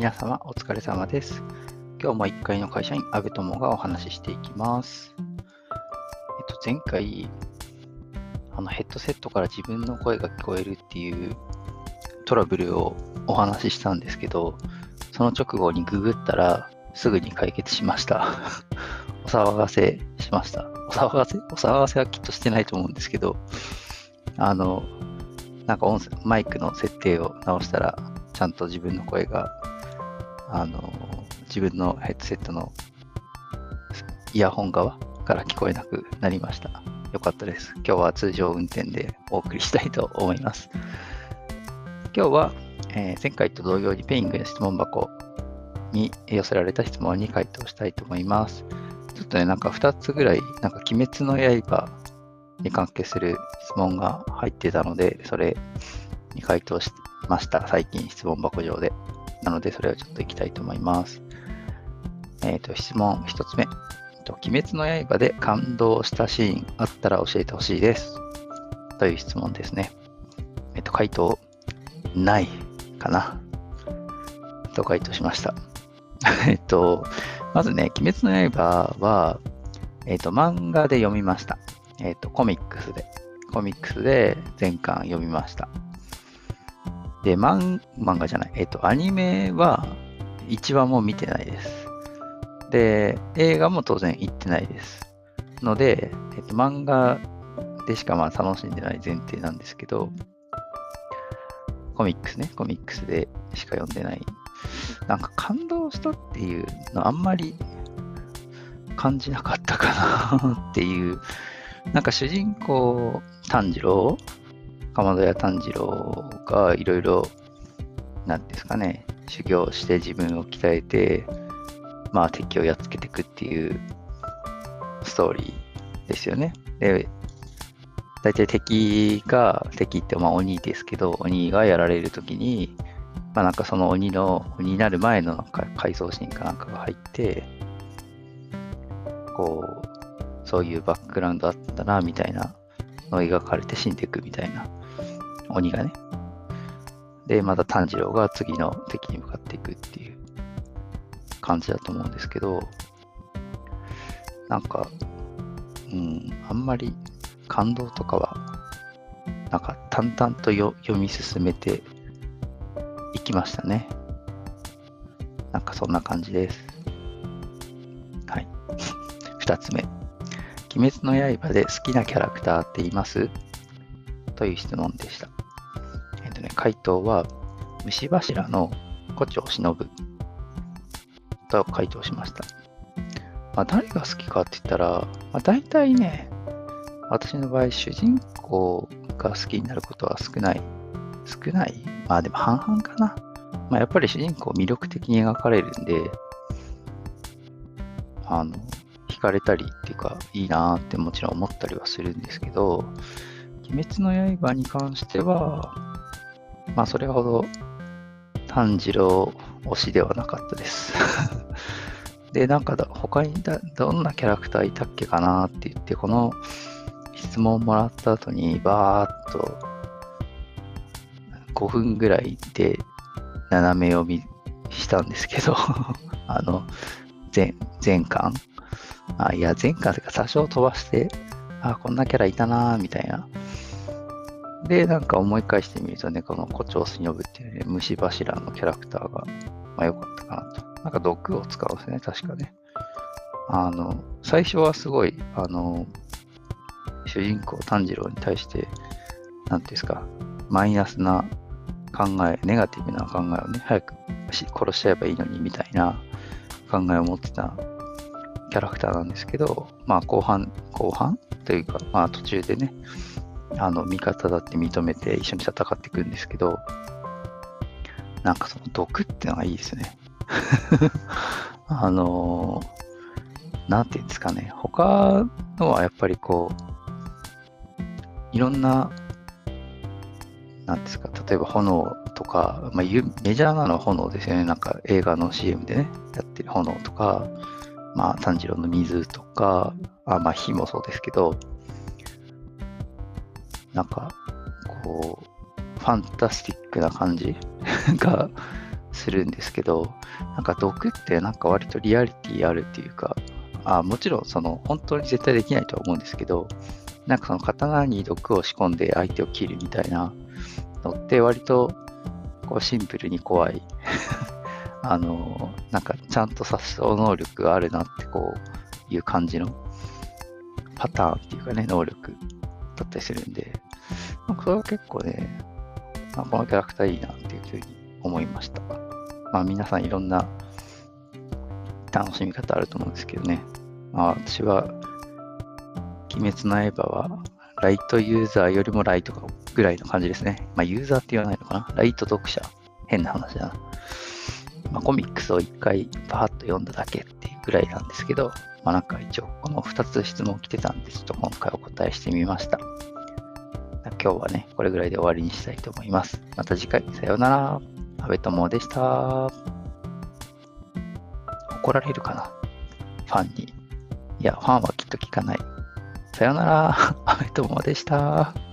皆様お疲れ様です。今日も1階の会社員、阿部友がお話ししていきます。前回、ヘッドセットから自分の声が聞こえるっていうトラブルをお話ししたんですけど、その直後にググったらすぐに解決しました。お騒がせしました。お騒がせはきっとしてないと思うんですけど、なんかマイクの設定を直したら、ちゃんと自分の声が、自分のヘッドセットのイヤホン側から聞こえなくなりました。よかったです。今日は通常運転でお送りしたいと思います。今日は、前回と同様にペイングの質問箱に寄せられた質問に回答したいと思います。ちょっとね、なんか2つぐらい、なんか鬼滅の刃に関係する質問が入ってたので、それに回答しました。最近質問箱上で。なので、それをちょっといきたいと思います。質問1つ目。鬼滅の刃で感動したシーンあったら教えてほしいです。という質問ですね。回答、ないかな。と回答しました。まずね、鬼滅の刃は、漫画で読みました。コミックスで全巻読みました。で、漫画じゃない、アニメは1話も見てないです。で、映画も当然行ってないです。ので、漫画でしかまあ楽しんでない前提なんですけど、コミックスでしか読んでない。なんか感動したっていうのあんまり感じなかったかなっていう、なんか主人公、鎌戸谷炭治郎がいろいろ、なんですかね、修行して自分を鍛えて、まあ敵をやっつけていくっていうストーリーですよね。で、大体敵ってまあ鬼ですけど、鬼がやられるときに、まあなんかその鬼になる前のなんか回想シーンかなんかが入って、こう、そういうバックグラウンドあったな、みたいなのを描かれて死んでいくみたいな、鬼がね。で、また炭治郎が次の敵に向かっていくっていう感じだと思うんですけど、なんか、あんまり感動とかは、なんか淡々と読み進めていきましたね。なんかそんな感じです。はい。2つ目。鬼滅の刃で好きなキャラクターっていますという質問でした。回答は、虫柱の胡蝶忍と回答しました。まあ、誰が好きかって言ったら、まあ、大体ね、私の場合、主人公が好きになることは少ない。まあでも半々かな。まあやっぱり主人公魅力的に描かれるんで、惹かれたりっていうか、いいなーってもちろん思ったりはするんですけど、鬼滅の刃に関しては、まあそれほど炭治郎推しではなかったです。で、なんか他にどんなキャラクターいたっけかなって言って、この質問をもらった後にバーっと5分ぐらいで斜め読みしたんですけど、前巻前巻というか多少飛ばして、こんなキャラいたなみたいな。で、なんか思い返してみるとね、この胡蝶忍っていうね、虫柱のキャラクターが、まあ、良かったかなと。なんか毒を使うんですね、確かね。最初はすごい、主人公炭治郎に対して、なんていうんですか、マイナスな考え、ネガティブな考えをね、早く殺しちゃえばいいのにみたいな考えを持ってたキャラクターなんですけど、まあ後半というか、まあ途中でね、味方だって認めて一緒に戦っていくんですけど、なんかその毒ってのがいいですね。なんていうんですかね、他のはやっぱりこう、いろんな、なんですか、例えば炎とか、まあ、メジャーなのは炎ですよね。なんか映画の CM でね、やってる炎とか、まあ炭治郎の水とか、まあ火もそうですけど、なんか、こう、ファンタスティックな感じがするんですけど、なんか毒ってなんか割とリアリティあるっていうか、もちろんその本当に絶対できないとは思うんですけど、なんかその刀に毒を仕込んで相手を切るみたいなのって割とこうシンプルに怖いなんかちゃんと殺傷能力があるなってこういう感じのパターンっていうかね、能力だったりするんで、なんかそれは結構ね、このキャラクターいいなっていうふうに思いました。皆さんいろんな楽しみ方あると思うんですけどね。私は、鬼滅の刃は、ライトユーザーよりもライトぐらいの感じですね。ユーザーって言わないのかな、ライト読者。変な話だな。コミックスを一回パーッと読んだだけっていうぐらいなんですけど、なんか一応この2つ質問来てたんで、ちょっと今回お答えしてみました。今日はね、これぐらいで終わりにしたいと思います。また次回、さようなら。阿部友でした。怒られるかな、ファンに。いや、ファンはきっと聞かない。さようなら。阿部友でした。